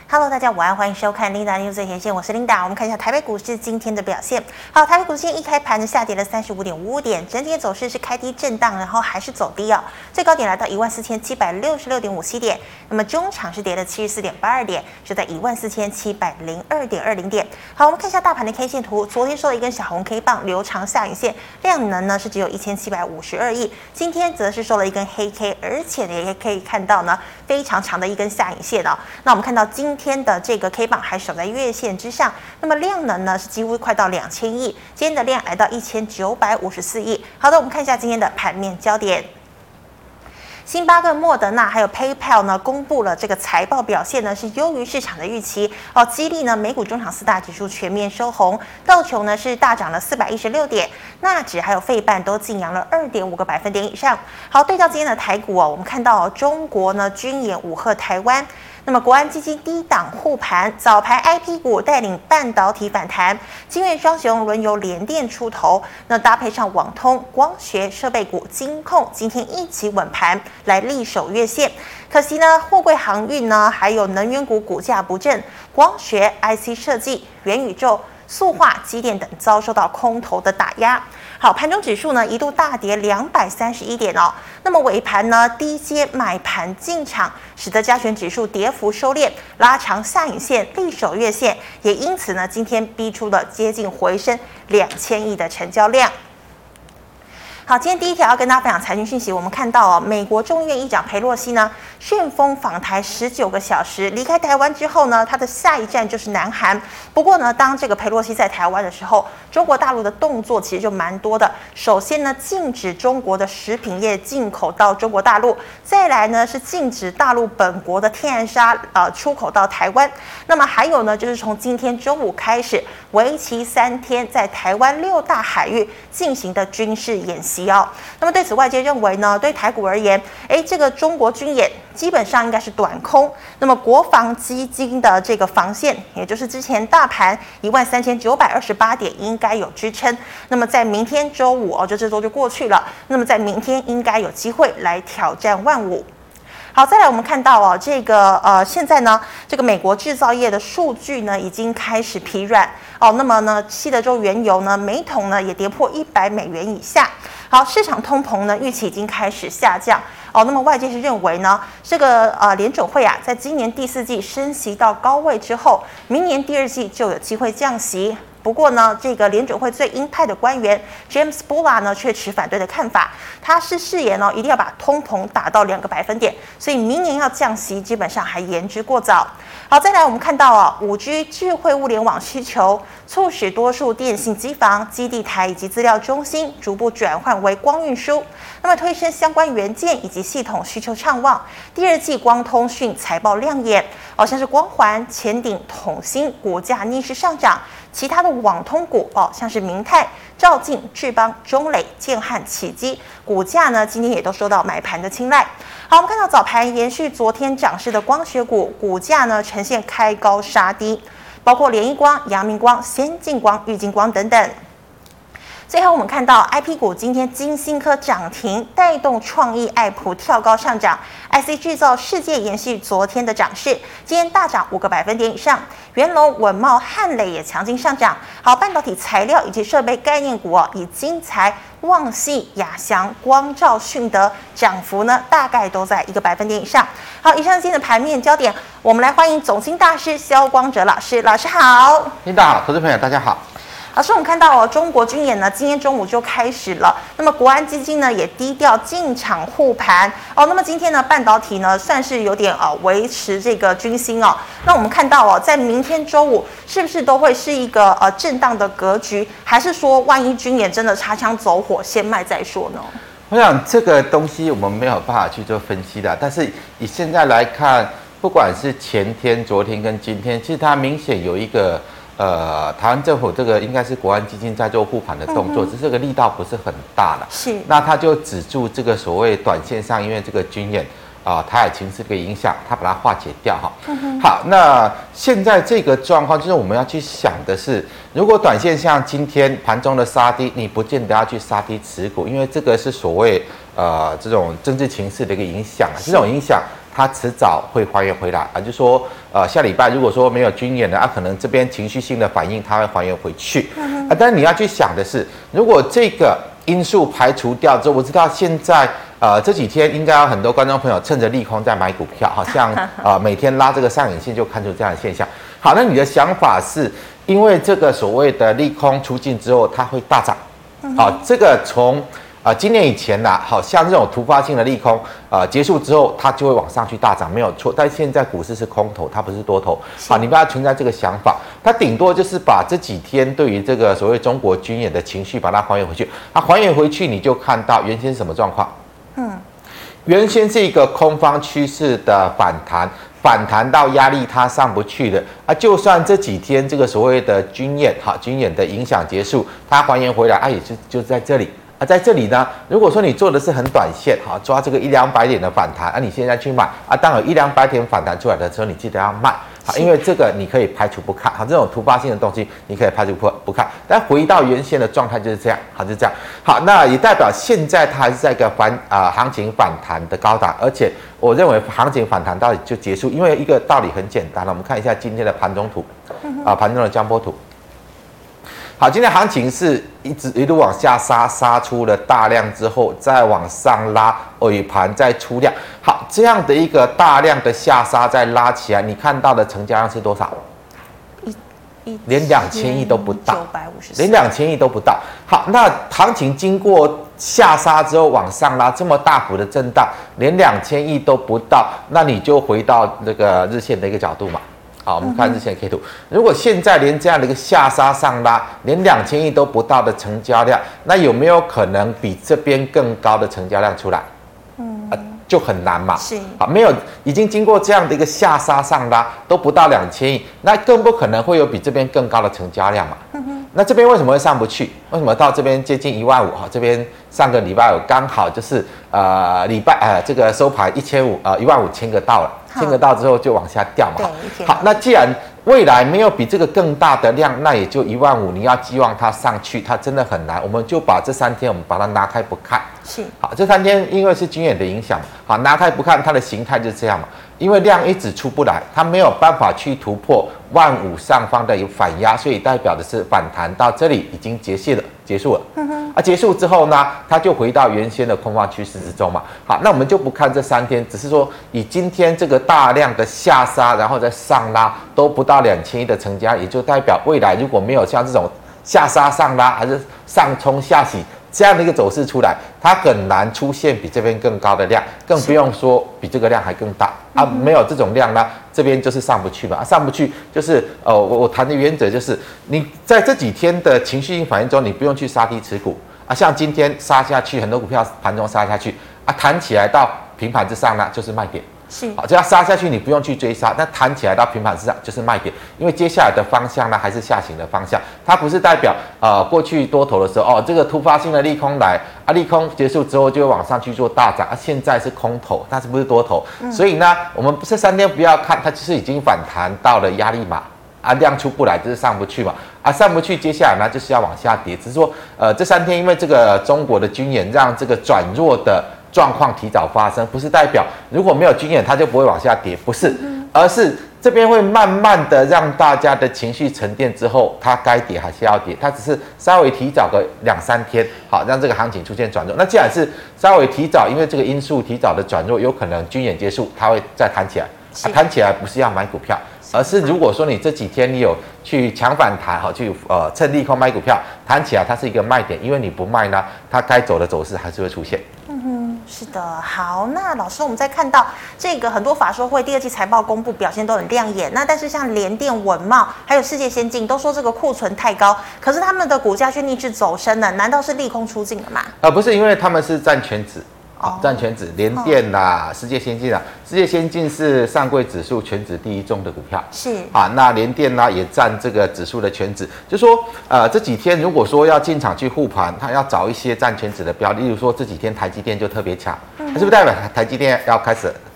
Hello， 大家午安，欢迎收看 Linda News 最前线，我是 Linda。我们看一下台北股市今天的表现。好，台北股市今天一开盘下跌了35.55点，整体的走势是开低震荡，然后还是走低哦。最高点来到14766.57点，那么中场是跌了74.82点，是在14702.20点。好，我们看一下大盘的 K 线图，昨天收了一根小红 K 棒，留长下影线，量能呢是只有1752亿，今天则是收了一根黑 K， 而且也可以看到呢非常长的一根下影线哦。那我们看到今天的这个 K 棒还守在月线之上，那么量能呢是几乎快到2000亿，今天的量来到1954亿。好的，我们看一下今天的盘面焦点。星巴克、莫德纳还有 PayPal 呢，公布了这个财报表现呢是优于市场的预期哦，激励呢美股中场四大指数全面收红，道琼呢是大涨了416点，纳指还有费半都晋扬了2.5个百分点以上。好，对照今天的台股哦，我们看到中国呢军演武吓台湾。那么国安基金低档护盘，早盘 IP 股带领半导体反弹，金元双雄轮由联电出头，那搭配上网通、光学设备股、金控今天一起稳盘来力守月线。可惜呢，货柜航运呢，还有能源股股价不振，光学、IC 设计、元宇宙、塑化、机电等遭受到空头的打压。好，盘中指数呢一度大跌231点哦。那么尾盘呢低阶买盘进场，使得加权指数跌幅收敛，拉长下影线，力守月线，也因此呢今天逼出了接近回升2000亿的成交量。好，今天第一条要跟大家分享财经讯息。我们看到美国众议院议长裴洛西呢旋风访台19个小时，离开台湾之后呢，他的下一站就是南韩。不过呢，当这个裴洛西在台湾的时候，中国大陆的动作其实就蛮多的。首先呢，禁止中国的食品业进口到中国大陆；再来呢，是禁止大陆本国的天然砂出口到台湾。那么还有呢，就是从今天中午开始，为期3天，在台湾6大海域进行的军事演习。那么对此，外界认为呢，对台股而言，这个中国军演基本上应该是短空。那么国防基金的这个防线，也就是之前大盘13928点应该有支撑。那么在明天周五就这周就过去了。那么在明天应该有机会来挑战15000。好，再来我们看到这个现在呢，这个美国制造业的数据呢已经开始疲软哦。那么呢，西德州原油呢每桶呢也跌破$100以下。好，市场通膨呢预期已经开始下降哦。那么外界是认为呢，这个联准会在今年第4季升息到高位之后，明年第2季就有机会降息。不过呢，这个联准会最鹰派的官员 James Bullard 呢却持反对的看法，他是誓言一定要把通膨打到2个百分点，所以明年要降息基本上还言之过早。好，再来我们看到5G 智慧物联网需求促使多数电信机房、基地台以及资料中心逐步转换为光运输，那么推升相关元件以及系统需求畅旺。第2季光通讯财报亮眼像是光环、前鼎、统新股价逆势上涨，其他的网通股像是明泰、兆进、智邦、中磊、建汉、启基股价呢今天也都受到买盘的青睐。好，我们看到早盘延续昨天涨势的光学股，股价呢呈现开高杀低，包括联一光、阳明光、先进光、玉晶光等等。最后我们看到 IP 股今天晶心科涨停，带动创意、爱普跳高上涨。IC 制造世界延续昨天的涨势，今天大涨5个百分点以上。元隆、稳懋、汉磊也强劲上涨。好，半导体材料以及设备概念股以精材、旺矽、亚翔、光罩、迅德涨幅呢大概都在1个百分点以上。好，以上是今天的盘面焦点，我们来欢迎总经大师萧光哲老师。老师好。 领导好，投资朋友大家好。 老师，我们看到中国军演呢，今天中午就开始了。那么国安基金呢也低调进场护盘那么今天呢，半导体呢算是有点维持这个军心那我们看到在明天周五是不是都会是一个震荡的格局，还是说万一军演真的擦枪走火，先卖再说呢？ 我想这个东西我们没有办法去做分析的，但是以现在来看，不管是前天、昨天跟今天，其实它明显有一个。台湾政府这个应该是国安基金在做护盘的动作，只是这个力道不是很大了。 是， 那他就止住这个所谓短线上，因为这个军演台海情势的影响，他把它化解掉哈。好，那现在这个状况就是我们要去想的是，如果短线像今天盘中的杀低，你不见得要去杀低持股，因为这个是所谓这种政治情势的一个影响，这种影响。 它迟早会还原回来啊。就说下礼拜如果说没有军演的可能这边情绪性的反应它会还原回去但是你要去想的是，如果这个因素排除掉之后，我知道现在这几天应该有很多观众朋友趁着利空在买股票，好像每天拉这个上影线就看出这样的现象。好，那你的想法是因为这个所谓的利空出尽之后，它会大涨？好，这个从今年以前好像这种突发性的利空结束之后，它就会往上去大涨，没有错。但现在股市是空头，它不是多头。好，你不要存在这个想法，它顶多就是把这几天对于这个所谓中国军演的情绪把它还原回去。还原回去，你就看到原先是什么状况？原先是一个空方趋势的反弹到压力它上不去的就算这几天这个所谓的军演的影响结束，它还原回来也就在这里在这里呢，如果说你做的是很短线抓这个100-200点的反弹你现在去买当有100-200点反弹出来的时候，你记得要卖因为这个你可以排除不看这种突发性的东西你可以排除不看，但回到原先的状态就是这样就是这样。好，那也代表现在它还是在一个行情反弹的高档，而且我认为行情反弹到底就结束，因为一个道理很简单了，我们看一下今天的盘中图盘中的江波图。好，今天行情是一路往下杀出了大量之后，再往上拉，尾盘再出量。好，这样的一个大量的下杀再拉起来，你看到的成交量是多少？连2000亿都不到，连2000亿都不到。好，那行情经过下杀之后往上拉，这么大幅的震荡，连2000亿都不到，那你就回到这个日线的一个角度嘛。好，我们看日线 K 图。如果现在连这样的一个下杀上拉，连2000亿都不到的成交量，那有没有可能比这边更高的成交量出来？就很难嘛。是啊，没有，已经经过这样的一个下杀上拉都不到2000亿，那更不可能会有比这边更高的成交量嘛。那这边为什么会上不去？为什么到这边接近15000？这边上个礼拜五刚好就是这个收盘15000个到了，1000个到之后就往下掉嘛。好，那既然未来没有比这个更大的量，那也就15000，你要寄望它上去，它真的很难。我们就把这3天我们把它拿开不看。是好，这3天因为是军演的影响，好拿开不看，它的形态就是这样嘛。因为量一直出不来，它没有办法去突破15000上方的有反压，所以代表的是反弹到这里已经结束了。结束之后呢，它就回到原先的空方趋势之中嘛。好，那我们就不看这3天，只是说以今天这个大量的下杀，然后再上拉都不到2000亿的成交，也就代表未来如果没有像这种下杀上拉还是上冲下洗这样的一个走势出来，它很难出现比这边更高的量，更不用说比这个量还更大没有这种量呢，这边就是上不去嘛。上不去就是我谈的原则就是你在这几天的情绪性反应中，你不用去杀低持股像今天杀下去，很多股票盘中杀下去弹起来到平盘之上呢，就是卖点。是好，只要杀下去，你不用去追杀，那弹起来到平盘之上就是卖点，因为接下来的方向呢还是下行的方向，它不是代表过去多头的时候这个突发性的利空来利空结束之后就会往上去做大涨现在是空头，但是不是多头，所以呢，我们这3天不要看它，就是已经反弹到了压力码量出不来就是上不去嘛上不去，接下来呢就是要往下跌，只是说这3天因为这个中国的军演让这个转弱的状况提早发生，不是代表如果没有军演它就不会往下跌，不是，而是这边会慢慢的让大家的情绪沉淀之后，它该跌还是要跌，它只是稍微提早个2-3天，好让这个行情出现转弱。那既然是稍微提早，因为这个因素提早的转弱，有可能军演结束它会再弹起来弹起来不是要买股票，而是如果说你这几天你有去抢反弹去趁利空买股票，弹起来它是一个卖点，因为你不卖呢，它该走的走势还是会出现。 是的，好，那老师，我们再看到这个很多法说会第2季财报公布表现都很亮眼，那但是像联电、文茂还有世界先进都说这个库存太高，可是他们的股价却逆势走升了，难道是利空出尽了吗？ 不是，因为他们是占全指。占全指，联电啦，世界先进啦，世界先进是上柜指数全指第1重的股票，是那联电呢也占这个指数的全指，就说这几天如果说要进场去护盘，它要找一些占全指的标的，例如说这几天台积电就特别强，是不是代表台积电要开始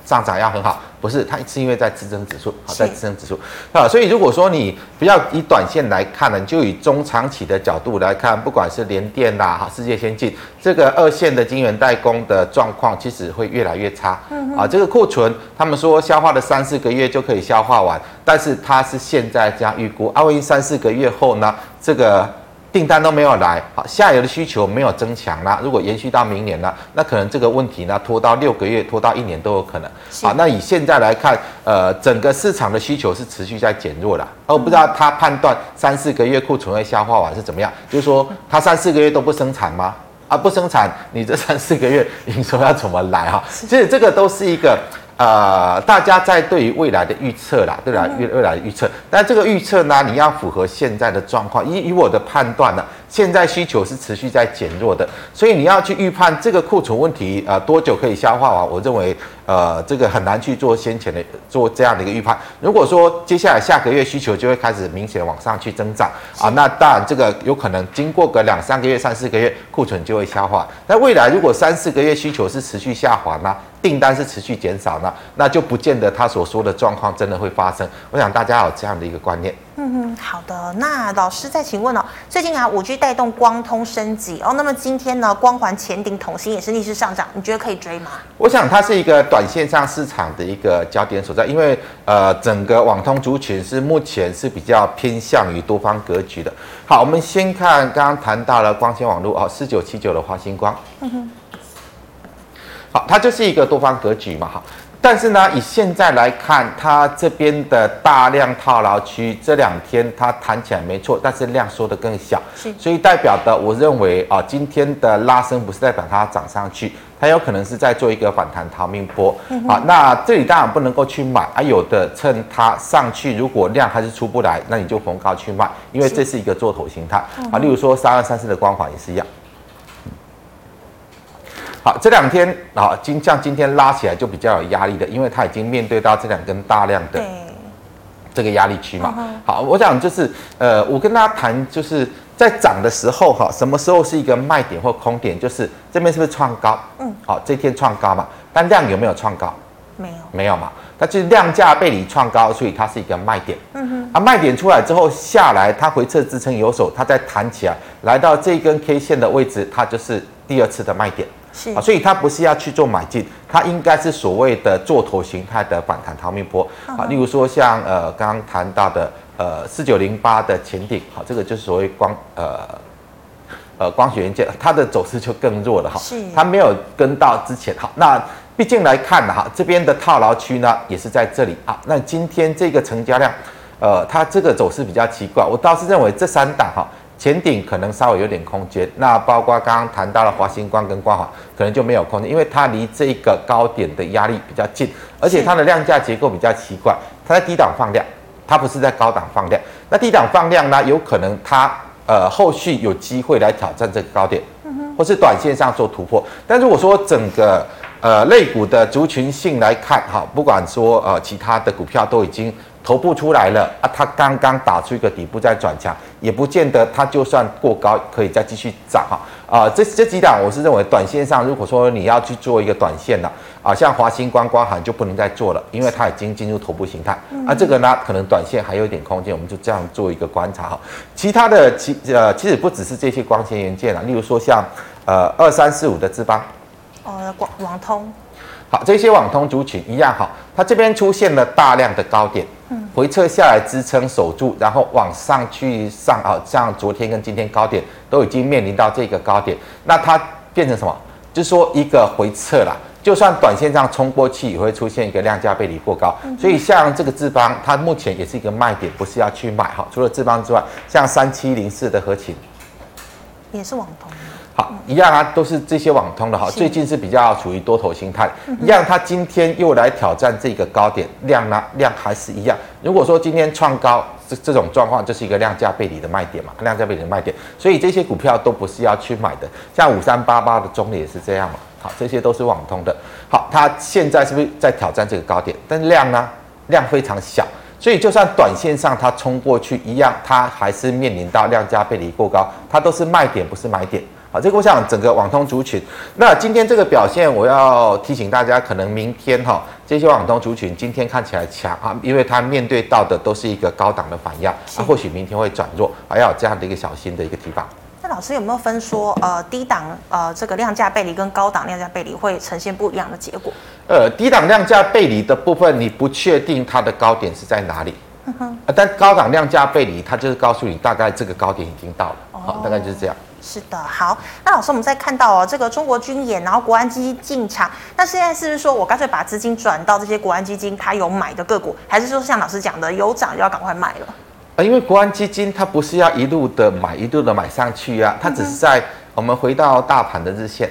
上涨要很好，不是，它是因为在支撑指数，好，在支撑指数啊，所以如果说你不要以短线来看呢，你就以中长期的角度来看，不管是联电啦、世界先进这个二线的晶圆代工的状况，其实会越来越差。啊，这个库存他们说消化了3-4个月就可以消化完，但是它是现在这样预估，万一3-4个月后呢，这个订单都没有来，好，下游的需求没有增强啦。如果延续到明年呢，那可能这个问题呢拖到6个月、拖到1年都有可能。好，那以现在来看，整个市场的需求是持续在减弱的。我不知道他判断3-4个月库存会消化完是怎么样，就是说他3-4个月都不生产吗？啊，不生产，你这3-4个月营收要怎么来哈？其实这个都是一个。大家在对于未来的预测啦，对啦，未来的预测，但这个预测呢，你要符合现在的状况。以我的判断呢，现在需求是持续在减弱的，所以你要去预判这个库存问题，多久可以消化完？我认为，这个很难去做先前的做这样的一个预判。如果说接下来下个月需求就会开始明显往上去增长啊，那当然这个有可能经过个2-3个月、3-4个月，库存就会消化。那未来如果3-4个月需求是持续下滑呢？订单是持续减少呢，那就不见得他所说的状况真的会发生。我想大家有这样的一个观念。 好的。那老师再请问哦，最近啊5G 带动光通升级哦，那么今天呢，光环、前鼎、统新也是逆势上涨，你觉得可以追吗？ 我想它是一个短线上市场的一个焦点所在，因为整个网通族群是目前是比较偏向于多方格局的。好，我们先看刚刚谈到了光纤网络4979的华星光。好，它就是一个多方格局嘛，哈。但是呢，以现在来看，它这边的大量套牢区这2天它弹起来没错，但是量缩得更小，所以代表的我认为啊，今天的拉升不是代表它涨上去，它有可能是在做一个反弹逃命波。好，那这里当然不能够去买啊，有的趁它上去，如果量还是出不来，那你就逢高去卖，因为这是一个做头形态啊。例如说3234的光环也是一样。好，这2天啊，像今天拉起来就比较有压力的，因为它已经面对到这2根大量的这个压力区嘛。好，我想就是我跟大家谈，就是在涨的时候哈，什么时候是一个卖点或空点？就是这边是不是创高？好，这天创高嘛，但量有没有创高？没有嘛，它就是量价背离创高，所以它是一个卖点。卖点出来之后下来，它回撤支撑有手，它再弹起来，来到这根 K 线的位置，它就是第2次的卖点。所以它不是要去做买进，它应该是所谓的做头形态的反弹逃命波啊。例如说像刚刚谈到的4908的前鼎，好，这个就是所谓光学元件，它的走势就更弱了哈，它没有跟到之前好。那毕竟来看哈，这边的套牢区呢也是在这里啊。那今天这个成交量，它这个走势比较奇怪，我倒是认为这3档哈。前鼎可能稍微有点空间，那包括刚刚谈到了华星光跟光华，可能就没有空间，因为它离这个高点的压力比较近，而且它的量价结构比较奇怪，它在低档放量，它不是在高档放量。那低档放量呢，有可能它后续有机会来挑战这个高点，或是短线上做突破。但如果说整个类股的族群性来看，哈，不管说其他的股票都已经头部出来了啊，它刚刚打出一个底部在转强，也不见得它就算过高可以再继续涨哈。这几档我是认为短线上，如果说你要去做一个短线的像华星光、光涵就不能再做了，因为它已经进入头部形态这个呢可能短线还有一点空间，我们就这样做一个观察哈。其他的其实不只是这些光纤元件例如说像2345的智邦。 网通， 好，这些网通族群一样好，它这边出现了大量的高点，回撤下来支撑守住，然后往上去上像昨天跟今天高点都已经面临到这个高点，那它变成什么？就是说一个回撤啦，就算短线上冲过去也会出现一个量价背离过高，所以像这个智邦，它目前也是一个卖点，不是要去买哈。除了智邦之外，像3704的合勤也是网通。 好，一样啊，都是这些网通的哈，最近是比较处于多头形态，一样，它今天又来挑战这个高点，量呢量还是一样。如果说今天创高，这种状况就是一个量价背离的卖点嘛，量价背离的卖点，所以这些股票都不是要去买的，像5388的中磊也是这样嘛，好，这些都是网通的。好，它现在是不是在挑战这个高点？但是量呢，量非常小。所以，就算短线上它冲过去一样，它还是面临到量价背离过高，它都是卖点，不是买点。 好，这个我想整个网通族群，那今天这个表现，我要提醒大家，可能明天这些网通族群今天看起来强啊，因为它面对到的都是一个高档的反压，或许明天会转弱，还要有这样的一个小心的一个提防。 那老师有没有分说，低档这个量价背离跟高档量价背离会呈现不一样的结果？ 低档量价背离的部分，你不确定它的高点是在哪里，但高档量价背离，它就是告诉你大概这个高点已经到了，好，大概就是这样。 是的，好，那老师，我们再看到这个中国军演，然后国安基金进场，那现在是不是说我干脆把资金转到这些国安基金它有买的个股，还是说像老师讲的有涨就要赶快卖了？ 因为国安基金它不是要一路的买上去啊，它只是在我们回到大盘的日线。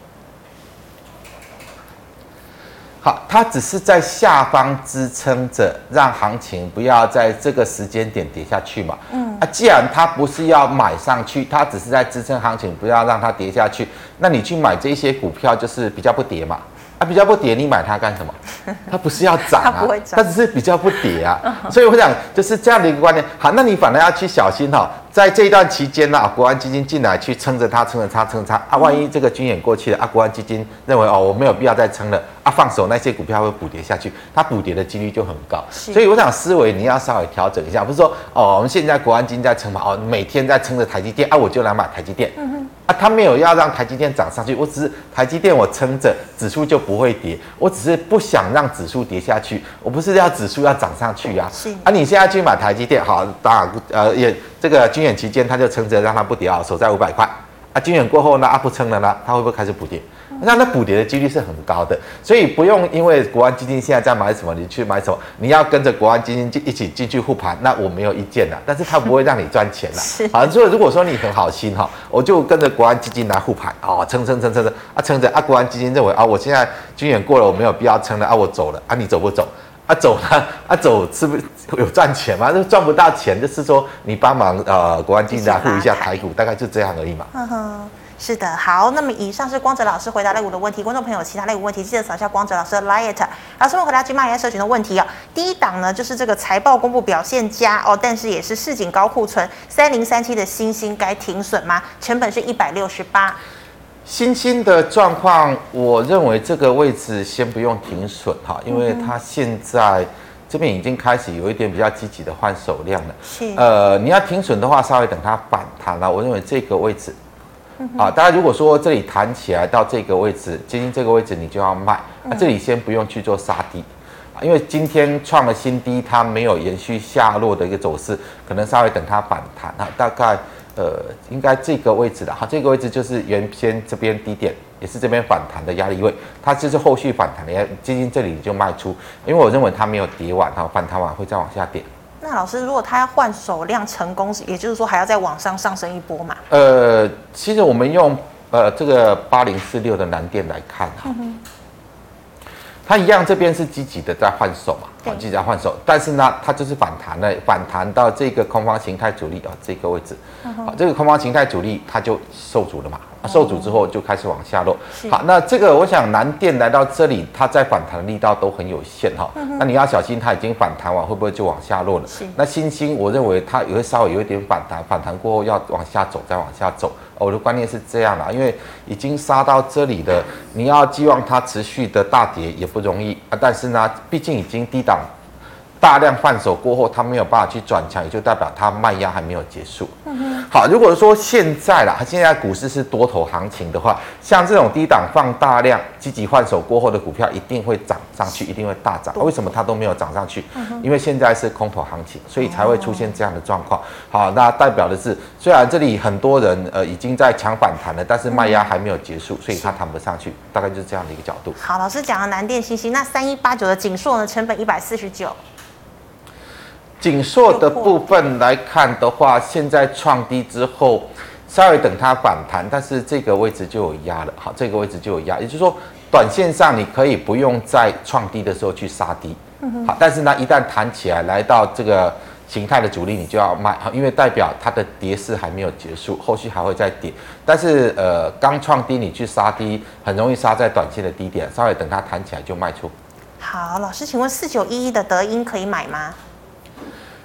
好，它只是在下方支撑着，让行情不要在这个时间点跌下去嘛。既然它不是要买上去，它只是在支撑行情，不要让它跌下去。那你去买这些股票，就是比较不跌嘛。比较不跌，你买它干什么？它不是要涨啊，它只是比较不跌啊。所以我想就是这样的一个观念。好，那你反而要去小心在这一段期间呢，国安基金进来去撑着它万一这个军演过去了国安基金认为我没有必要再撑了放手，那些股票会补跌下去，它补跌的几率就很高。所以我想思维你要稍微调整一下，不是说我们现在国安基金在撑嘛，每天在撑着台积电我就来买台积电。他没有要让台积电涨上去，我只是台积电我撑着，指数就不会跌。我只是不想让指数跌下去，我不是要指数要涨上去啊。你现在去买台积电，好，也这个军演期间他就撑着让它不跌守在500块。军演过后呢，不撑了呢，它会不会开始补跌？那补跌的几率是很高的，所以不用因为国安基金现在在买什么，你去买什么，你要跟着国安基金一起进去护盘，那我没有意见啦，但是它不会让你赚钱啦。所以如果说你很好心我就跟着国安基金来护盘撑着国安基金认为我现在军演过了，我没有必要撑了我走了你走不走？走了走是不是有赚钱吗？就赚不到钱，就是说你帮忙国安基金来护一下台股，大概就这样而已嘛。 是的，好，那么以上是光哲老师回答类股的问题，观众朋友有其他类股问题，记得扫一下光哲老师的 Line。老师们回答GMoney社群的问题第一档呢就是这个财报公布表现佳但是也是市井高库存，3037的新兴该停损吗？成本是168。 新兴的状况，我认为这个位置先不用停损因为它现在这边已经开始有一点比较积极的换手量了。你要停损的话，稍微等它反弹了。我认为这个位置。大家如果说这里弹起来到这个位置，接近这个位置你就要卖，这里先不用去做杀低，因为今天创了新低，它没有延续下落的一个走势，可能稍微等它反弹大概应该这个位置的这个位置就是原先这边低点，也是这边反弹的压力位，它就是后续反弹的接近这里你就卖出，因为我认为它没有跌完反弹完会再往下跌。 那老师，如果他要换手量成功，也就是说还要再往上升一波嘛？ 其实我们用这个8046的南电来看它一样这边是积极的在换手嘛，积极在换手，但是呢，它就是反弹了，反弹到这个空方形态阻力这个位置，这个空方形态阻力它就受阻了嘛。受阻之后就开始往下落。好，那这个我想南电来到这里，它在反弹的力道都很有限那你要小心，它已经反弹完会不会就往下落了？那新兴我认为它也会稍微有一点反弹，反弹过后要往下走，再往下走。我的观念是这样啦，因为已经杀到这里了，你要寄望它持续的大跌也不容易但是呢，毕竟已经低档。大量换手过后，它没有办法去转强，也就代表它卖压还没有结束。好，如果说现在股市是多头行情的话，像这种低档放大量、积极换手过后的股票，一定会涨上去，一定会大涨。为什么它都没有涨上去？因为现在是空头行情，所以才会出现这样的状况。好，那代表的是，虽然这里很多人已经在抢反弹了，但是卖压还没有结束，所以它弹不上去，大概就是这样的一个角度。 好，老师讲了南电、新兴，那3189的景硕呢，成本149。 景硕的部分来看的话，现在创低之后，稍微等它反弹，但是这个位置就有压了。好，这个位置就有压，也就是说，短线上你可以不用在创低的时候去杀低。好，但是呢，一旦弹起来来到这个形态的阻力，你就要卖，因为代表它的跌势还没有结束，后续还会再跌。但是刚创低你去杀低，很容易杀在短线的低点，稍微等它弹起来就卖出。 好，老师，请问4911的德音可以买吗？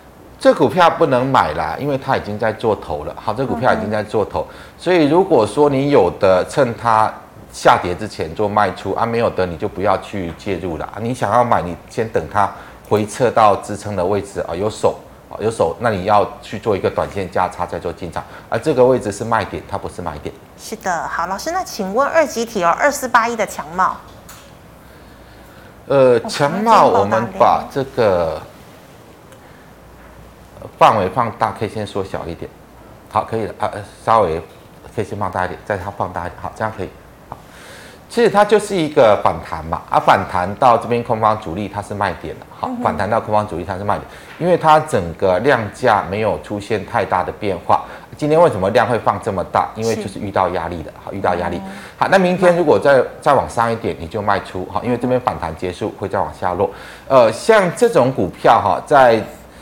这股票不能买啦，因为它已经在做头了。好，这股票已经在做头，所以如果说你有的趁它下跌之前做卖出啊，没有的你就不要去介入了。你想要买，你先等它回撤到支撑的位置啊，有手，那你要去做一个短线价差再做进场，而这个位置是卖点，它不是买点。 是的，好，老师，那请问二级体2481的强茂， 强茂我们把这个范围放大，可以先缩小一点，好，可以了啊，稍微可以先放大一点，再它放大一点，好，这样可以。其实它就是一个反弹嘛，反弹到这边空方主力它是卖点的，好，反弹到空方主力它是卖点，因为它整个量价没有出现太大的变化。今天为什么量会放这么大？因为就是遇到压力的，好，遇到压力。好，那明天如果再往上一点，你就卖出，好，因为这边反弹结束会再往下落。像这种股票哈，在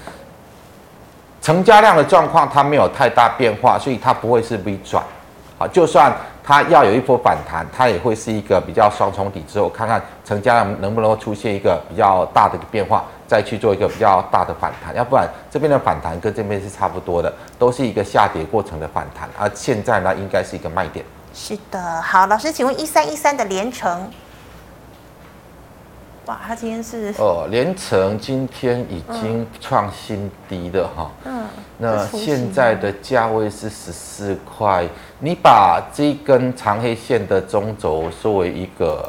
成交量的状况它没有太大变化，所以它不会是 V 转，好，就算它要有一波反弹，它也会是一个比较双重底之后，看看成交量能不能出现一个比较大的变化，再去做一个比较大的反弹。要不然这边的反弹跟这边是差不多的，都是一个下跌过程的反弹。而现在呢，应该是一个卖点。 是的，好，老师，请问1313的联成，哇，它今天是联成今天已经创新低了哈。那现在的价位是14块，你把这根长黑线的中轴作为一个，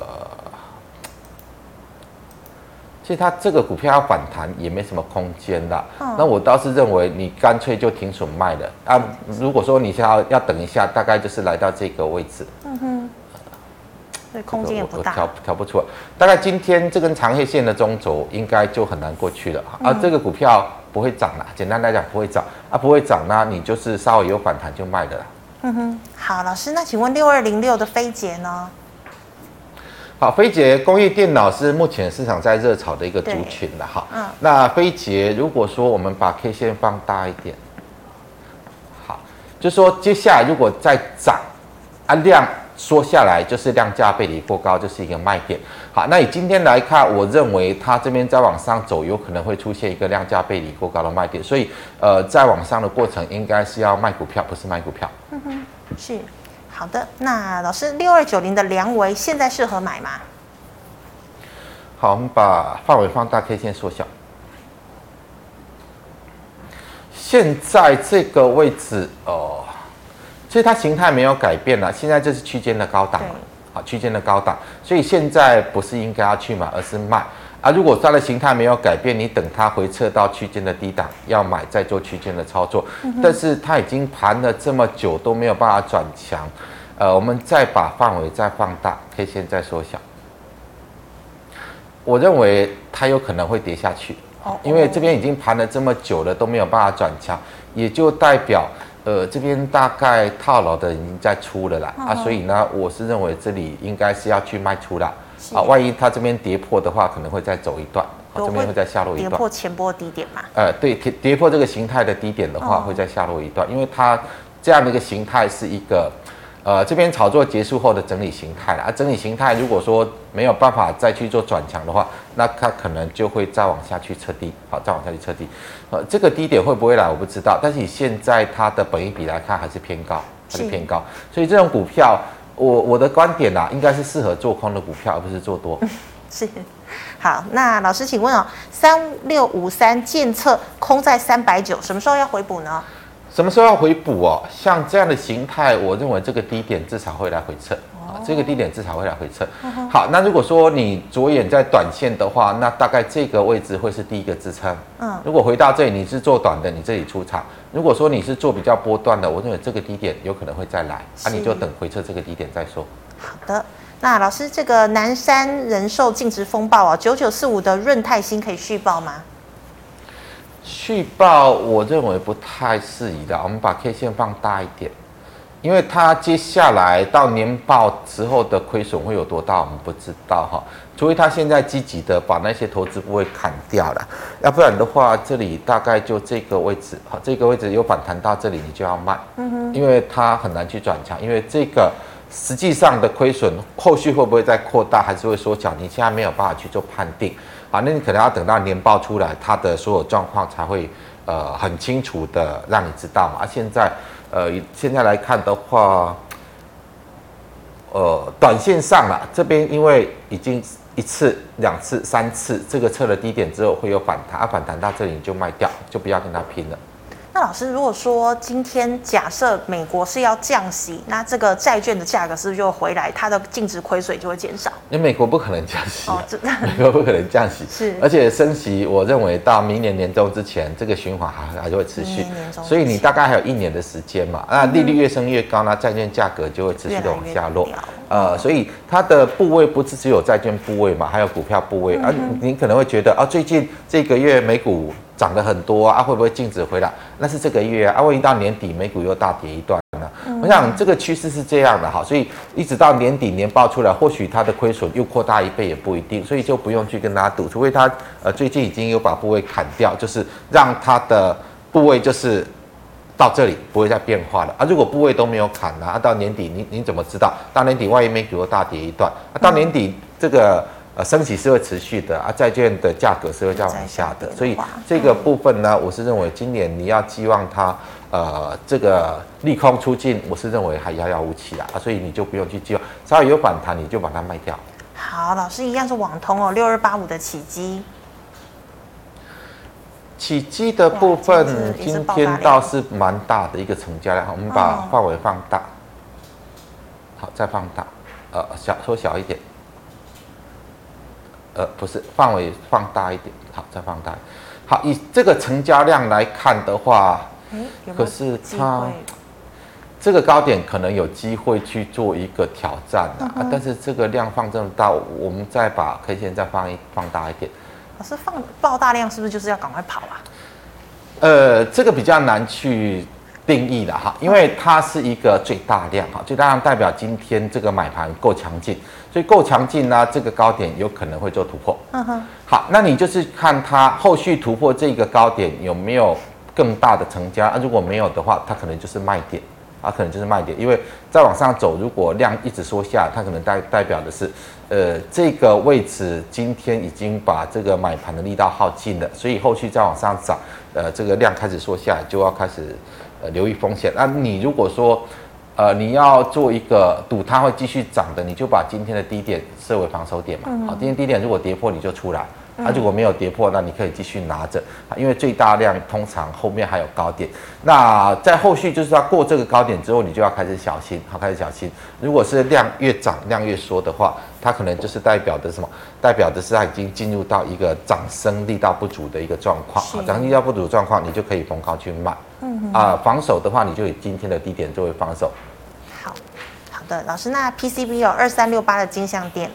其实它这个股票要反弹也没什么空间啦。那我倒是认为你干脆就停损卖了啊。如果说你要等一下，大概就是来到这个位置。 对，空间也不大， 调不出来。大概今天这根长黑线的中轴应该就很难过去了啊。这个股票不会涨啦，简单来讲不会涨啊，不会涨呢，你就是稍微有反弹就卖的啦。 好，老师，那请问6206的飞捷呢？ 好，飞捷工业电脑是目前市场在热炒的一个族群了哈。那飞捷如果说我们把 K 线放大一点，好，就说接下来如果再涨量缩下来，就是量价背离过高，就是一个卖点。好，那以今天来看，我认为它这边再往上走，有可能会出现一个量价背离过高的卖点，所以在往上的过程应该是要卖股票，不是卖股票。 是。好的，那老师6290的良维现在适合买吗？ 好，我们把范围放大，可以先缩小。现在这个位置其实它形态没有改变了，现在这是区间的高档，好，区间的高档，所以现在不是应该要去买，而是卖啊。如果它的形态没有改变，你等它回撤到区间的低档要买，再做区间的操作。但是它已经盘了这么久都没有办法转强，我们再把范围再放大，K线再缩小。我认为它有可能会跌下去，因为这边已经盘了这么久了都没有办法转强，也就代表这边大概套牢的已经在出了啦，所以呢，我是认为这里应该是要去卖出啦，万一它这边跌破的话，可能会再走一段，这边会再下落一段， 跌破前波低点嘛？ 对，跌破这个形态的低点的话，会再下落一段，因为它这样的一个形态是一个这边炒作结束后的整理形态啦，整理形态如果说没有办法再去做转强的话，那它可能就会再往下去测低，好，再往下去测低。这个低点会不会来我不知道，但是以现在它的本益比来看还是偏高，所以这种股票，我的观点应该是适合做空的股票，而不是做多。 是，好，那老师请问3653建测空在390，什么时候要回补呢？ 什么时候要回补像这样的形态，我认为这个低点至少会来回撤，这个低点至少会来回撤。好，那如果说你着眼在短线的话，那大概这个位置会是第一个支撑。如果回到这里你是做短的，你这里出场；如果说你是做比较波段的，我认为这个低点有可能会再来，你就等回撤这个低点再说。 好的，那老师这个南山人寿净值风暴9945的润泰新可以续报吗？ 续报我认为不太适宜的，我们把 K 线放大一点，因为它接下来到年报之后的亏损会有多大，我们不知道哈。除非它现在积极的把那些投资部位砍掉了，要不然的话，这里大概就这个位置，好，这个位置有反弹到这里，你就要卖，因为它很难去转强，因为这个实际上的亏损后续会不会再扩大，还是会缩小，你现在没有办法去做判定。好，那你可能要等到年报出来，它的所有状况才会很清楚的让你知道嘛。现在来看的话，短线上啦，这边因为已经1次、2次、3次，这个测了低点之后会有反弹，反弹到这里你就卖掉，就不要跟它拼了。 那老师，如果说今天假设美国是要降息，那这个债券的价格是不是就回来，它的净值亏损就会减少？ 因为美国不可能降息，美国不可能降息， 是， 而且升息，我认为到明年年中之前，这个循环还是会持续，所以你大概还有1年的时间嘛。那利率越升越高，那债券价格就会持续的往下落。所以它的部位不是只有债券部位嘛，还有股票部位啊。你可能会觉得啊，最近这个月美股涨得很多啊，会不会净值回来？那是这个月啊，万一到年底美股又大跌一段呢？我想这个趋势是这样的哈，所以一直到年底年报出来，或许它的亏损又扩大1倍也不一定，所以就不用去跟它赌，除非它最近已经有把部位砍掉，就是让它的部位就是到这里不会再变化了啊。如果部位都没有砍啊，到年底你怎么知道？到年底万一美股又大跌一段，到年底这个升息是会持续的啊，债券的价格是会再往下的，所以这个部分呢，我是认为今年你要寄望它这个利空出尽，我是认为还遥遥无期啦啊，所以你就不用去寄望，稍微有反弹你就把它卖掉。 好，老师一样是网通哦，6285的起基。 起基的部分今天倒是蛮大的一个成交量，我们把范围放大，好，再放大，缩小一点。不是，范围放大一点，好，再放大。好，以这个成交量来看的话，可是它这个高点可能有机会去做一个挑战但是这个量放这么大，我们再把 K 线再放大一点。 老师爆大量是不是就是要赶快跑啊？ 这个比较难去定义的哈，因为它是一个最大量哈，最大量代表今天这个买盘够强劲。所以够强劲呢，这个高点有可能会做突破。好，那你就是看它后续突破这个高点有没有更大的成交如果没有的话，它可能就是卖点可能就是卖点，因为再往上走，如果量一直缩下，它可能代表的是，这个位置今天已经把这个买盘的力道耗尽了，所以后续再往上涨，这个量开始缩下来，就要开始留意风险。那你如果说你要做一个赌它会继续涨的，你就把今天的低点设为防守点嘛。好，今天低点如果跌破你就出来，如果没有跌破，那你可以继续拿着，因为最大量通常后面还有高点。那在后续就是要过这个高点之后，你就要开始小心，开始小心。如果是量越涨量越缩的话，它可能就是代表的什么？代表的是它已经进入到一个涨升力道不足的一个状况。涨升力道不足的状况，你就可以逢高去卖。防守的话，你就以今天的低点作为防守。 好的，老师，那 PCB 有2368的金像电。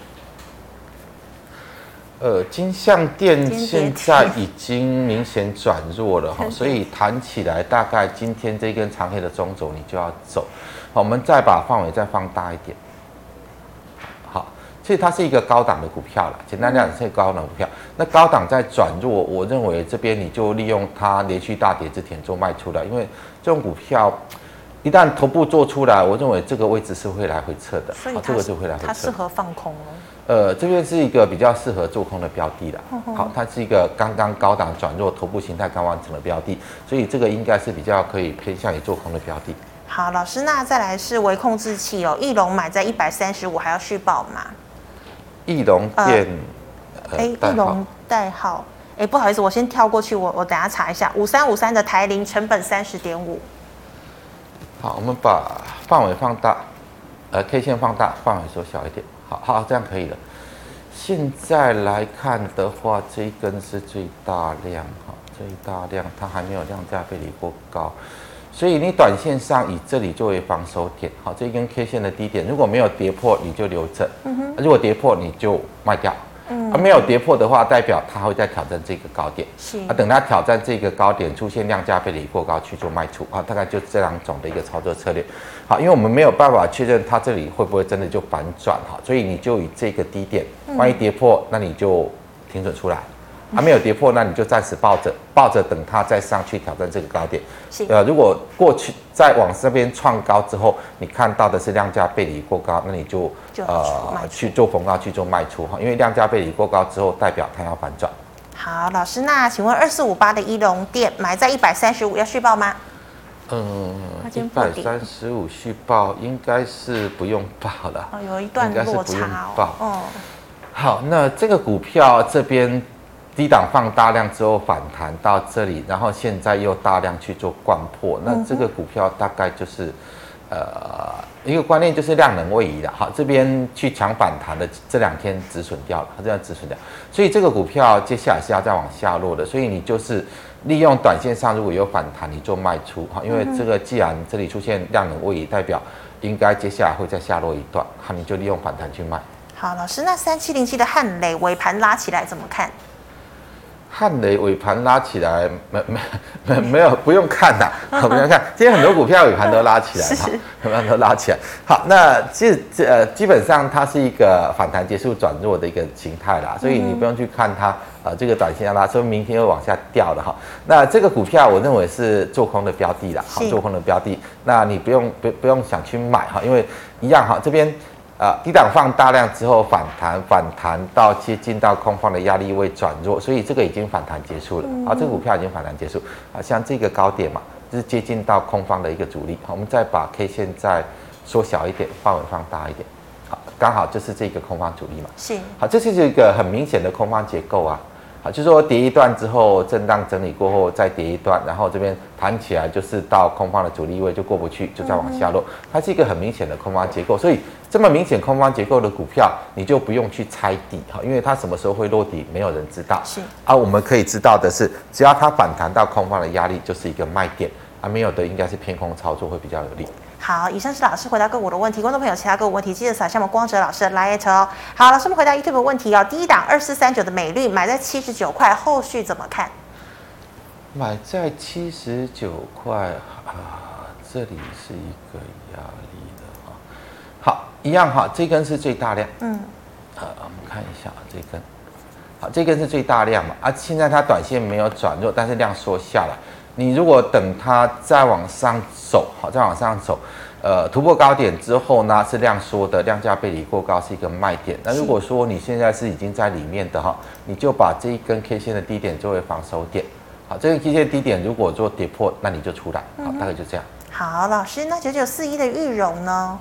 金像电现在已经明显转弱了所以弹起来大概今天这根长黑的中轴你就要走。好，我们再把范围再放大一点。好，所以它是一个高档的股票了，简单讲是高档股票。那高档在转弱，我认为这边你就利用它连续大跌之前做卖出了，因为这种股票一旦头部做出来，我认为这个位置是会来回撤的， 所以这个是会来回撤。 它适合放空哦。 这边是一个比较适合做空的标的啦。好，它是一个刚刚高档转弱、头部形态刚完成的标的，所以这个应该是比较可以偏向于做空的标的。 好，老师，那再来是微控制器哦，翼龙买在135，还要续报吗？ 翼龙电， 翼龙代号，不好意思，我先跳过去，我等下查一下，5353的台铃成本30.5。 好，我们把范围放大，K 线放大，范围缩小一点。好，这样可以了。现在来看的话，这一根是最大量，最大量它还没有量价背离过高，所以你短线上以这里作为防守点。好，这一根 K 线的低点，如果没有跌破，你就留着；如果跌破，你就卖掉。没有跌破的话，代表它会再挑战这个高点。等它挑战这个高点，出现量价背离过高去做卖出。大概就这2种的一个操作策略。好，因为我们没有办法确认它这里会不会真的就反转所以你就以这个低点，万一跌破，那你就停损出来。没有跌破，那你就暂时抱着等它再上去挑战这个高点。如果过去再往这边创高之后，你看到的是量价背离过高，那你就去做逢高去做卖出因为量价背离过高之后，代表它要反转。 好，老师，那请问2458的一龙店买在135要续报吗 ？135续报应该是不用报了。 哦，有一段落差哦。 好，那这个股票这边低档放大量之后反弹到这里，然后现在又大量去做灌破，那这个股票大概就是一个观念就是量能位移的。好，这边去抢反弹的这2天止损掉了，它这样止损掉，所以这个股票接下来是要再往下落的，所以你就是利用短线上如果有反弹，你做卖出。好，因为这个既然这里出现量能位移，代表应该接下来会再下落一段，好，你就利用反弹去卖。 好，老师，那3707的汉磊尾盘拉起来怎么看？ 汉磊尾盘拉起来，没有不用看啦，不用看。今天很多股票尾盘都拉起来，尾盘都拉起来。好，那基本上它是一个反弹结束转弱的一个形态啦，所以你不用去看它这个短线要拉，说明天会往下掉的哈。那这个股票我认为是做空的标的啦，好，做空的标的，那你不用想去买哈，因为一样哈，这边。低档放大量之后反弹到接近到空方的压力位转弱，所以这个已经反弹结束了。这个股票已经反弹结束。像这个高点嘛，就是接近到空方的一个阻力。我们再把 K 线再缩小一点，范围放大一点。好，刚好就是这个空方阻力嘛。 是。 好，这是一个很明显的空方结构啊。好，就是说跌一段之后，震荡整理过后再跌一段，然后这边弹起来就是到空方的阻力位就过不去，就再往下落。它是一个很明显的空方结构，所以这么明显空方结构的股票，你就不用去猜底哈，因为它什么时候会落底，没有人知道。 是。 我们可以知道的是，只要它反弹到空方的压力，就是一个卖点没有的应该是偏空操作会比较有利。 好，以上是老师回答个股的问题，观众朋友其他个股问题记得扫下我们光哲老师的 LINE 哦。好，老师们回答 YouTube 问题哦。第一档2439的美绿买在79块，后续怎么看？ 买在79块这里是一个压力的好，一样哈，这根是最大量。我们看一下这根，好，这根是最大量嘛现在它短线没有转弱，但是量缩下来。你如果等它再往上走，好，再往上走，突破高点之后呢，是量缩的，量价背离过高是一个卖点。那如果说你现在是已经在里面的你就把这一根 K 线的低点作为防守点。好，这个 K 线低点如果做跌破，那你就出来。好，大概就这样。 好，老师，那9941的裕荣呢？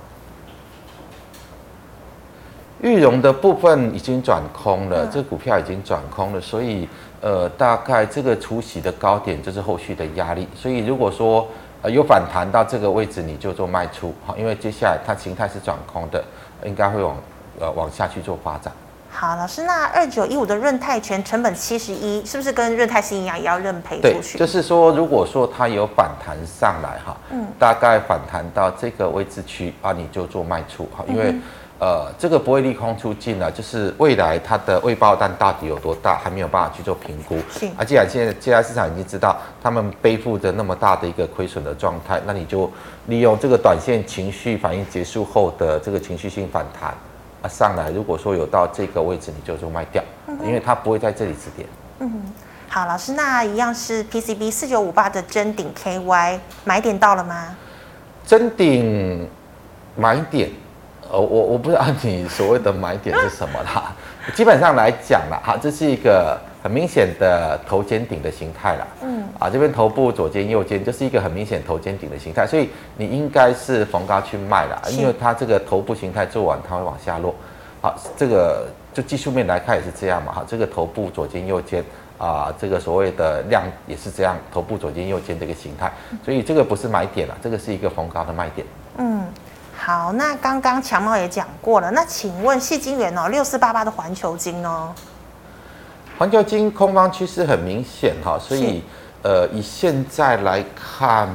裕荣的部分已经转空了，这个股票已经转空了，所以大概这个除息的高点就是后续的压力。所以如果说有反弹到这个位置，你就做卖出，因为接下来它形态是转空的，应该会往下去做发展。 好，老师，那2915的润泰全成本71，是不是跟润泰新一样也要认赔出去？ 对，就是说，如果说它有反弹上来大概反弹到这个位置区你就做卖出因为这个不会利空出尽了，就是未来它的未爆弹到底有多大，还没有办法去做评估。既然现在市场已经知道他们背负着那么大的一个亏损的状态，那你就利用这个短线情绪反应结束后的这个情绪性反弹上来，如果说有到这个位置，你就做卖掉，因为它不会在这里止跌。 好，老师，那一样是 PCB 4958的臻鼎 KY 买点到了吗？ 臻鼎买点。我不知道你所谓的买点是什么啦。基本上来讲啦，这是一个很明显的头肩顶的形态啦。这边头部左肩右肩就是一个很明显头肩顶的形态，所以你应该是逢高去卖啦，因为它这个头部形态做完，它会往下落。好，这个就技术面来看也是这样嘛。这个头部左肩右肩这个所谓的量也是这样，头部左肩右肩这个形态，所以这个不是买点啦，这个是一个逢高的卖点。 好，那刚刚强茂也讲过了，那请问矽晶圆6488的环球晶呢？ 环球晶空方趋势很明显所以以现在来看，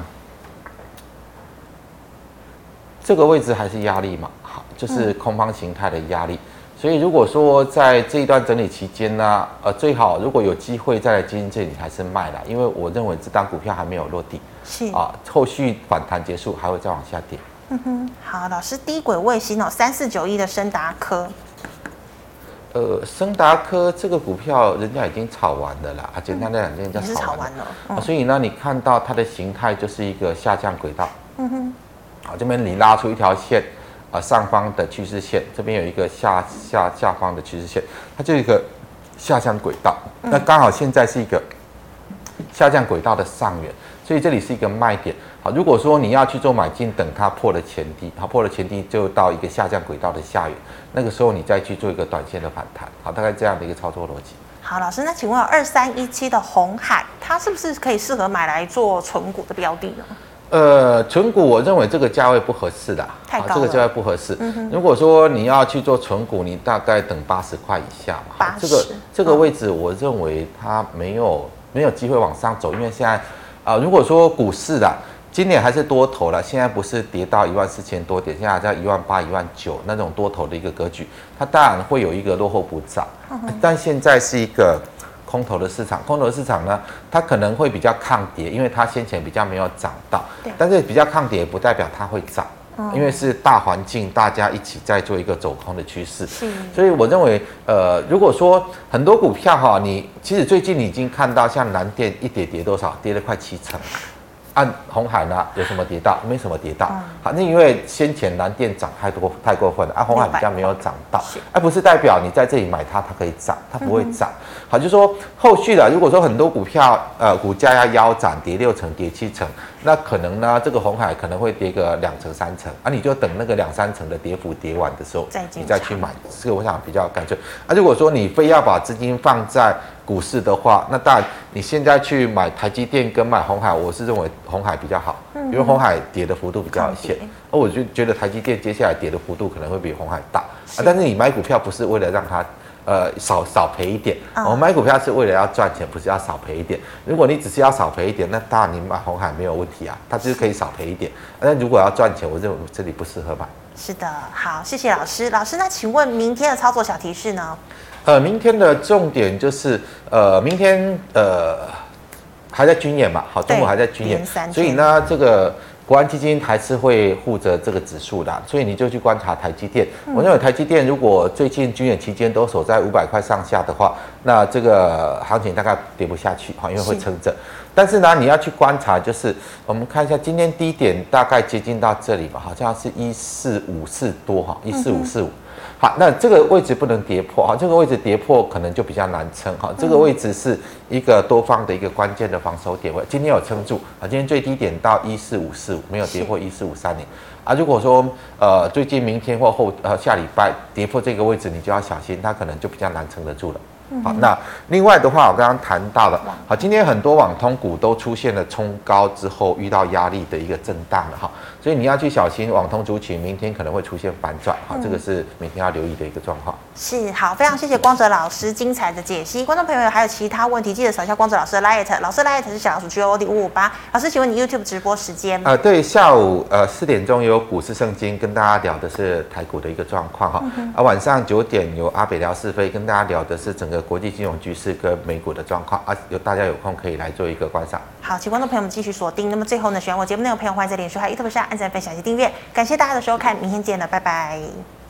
这个位置还是压力嘛，好，就是空方形态的压力。所以如果说在这一段整理期间呢，最好如果有机会再来接近这里还是卖啦，因为我认为这档股票还没有落地，后续反弹结束还会再往下跌。 好，老师，低轨卫星3491的昇達科， 昇達科这个股票人家已经炒完了啦，简单的讲，人家炒完了。所以呢，你看到它的形态就是一个下降轨道。好，这边你拉出一条线，上方的趋势线，这边有一个下方的趋势线，它就一个下降轨道，那刚好现在是一个下降轨道的上缘，所以这里是一个卖点。好，如果说你要去做买进，等它破了前低，好，破了前低就到一个下降轨道的下缘，那个时候你再去做一个短线的反弹，好，大概这样的一个操作逻辑。 好，老师，那请问2317的鸿海，它是不是可以适合买来做存股的标的呢？ 存股我认为这个价位不合适的， 太高了， 这个价位不合适。如果说你要去做存股，你大概等80块以下嘛。这个位置，我认为它没有机会往上走，因为现在如果说股市啦，今年还是多头了，现在不是跌到14000多点，现在还在18000、19000那种多头的一个格局，它当然会有一个落后补涨，但现在是一个空头的市场，空头的市场呢，它可能会比较抗跌，因为它先前比较没有涨到，但是比较抗跌不代表它会涨，因为是大环境大家一起在做一个走空的趋势，所以我认为如果说很多股票哈，你其实最近你已经看到像南电一跌多少，跌了快70%。按鸿海呢有什么跌到？没什么跌到。好，那因为先前南电涨太过分了，鸿海比较没有涨到，不是代表你在这里买它可以涨，它不会涨。好，就是说后续的，如果说很多股票股价要腰斩，跌6成、跌7成，那可能呢这个鸿海可能会跌个2成、3成，你就等那个2、3成的跌幅跌完的时候，你再去买，这个我想比较干脆。如果说你非要把资金放在股市的话，那当然你现在去买台积电跟买鸿海，我是认为鸿海比较好，因为鸿海跌的幅度比较有限，而我就觉得台积电接下来跌的幅度可能会比鸿海大，但是你买股票不是为了让它少赔一点，我买股票是为了要赚钱，不是要少赔一点。如果你只是要少赔一点，那当然你买鸿海没有问题啊，它就是可以少赔一点。但如果要赚钱，我认为这里不适合买。 是的，好，谢谢老师。老师，那请问明天的操作小提示呢？ 明天的重点就是明天还在军演嘛，好，中午还在军演，所以呢，这个国安基金还是会护着这个指数的，所以你就去观察台积电。我认为台积电如果最近军演期间都守在500块上下的话，那这个行情大概跌不下去，因为会撑着。但是呢，你要去观察，就是我们看一下今天低点大概接近到这里吧，好像是1454多哈，14545。好，那这个位置不能跌破，这个位置跌破可能就比较难撑，这个位置是一个多方的一个关键的防守点位，今天有撑住，今天最低点到14545，没有跌破14530。如果说最近明天或下礼拜跌破这个位置，你就要小心，它可能就比较难撑得住了。好，那另外的话，我刚刚谈到了，好，今天很多网通股都出现了冲高之后遇到压力的一个震荡了哈，所以你要去小心网通族群明天可能会出现反转，好，这个是每天要留意的一个状况。 是，好，非常谢谢光哲老师精彩的解析。观众朋友还有其他问题，记得扫一下光哲老师的 Light， 老师 Light 是小老鼠 GOD558。老师，请问你 YouTube 直播时间？ 对，下午4点钟有股市圣经跟大家聊的是台股的一个状况哈，晚上9点有阿北聊是非跟大家聊的是整个国际金融局势跟美股的状况大家有空可以来做一个观赏。 好，请观众朋友们继续锁定。那么最后呢，喜欢我节目内容的朋友，欢迎在脸书还有 YouTube 上按赞、分享及订阅。感谢大家的收看，明天见了，拜拜。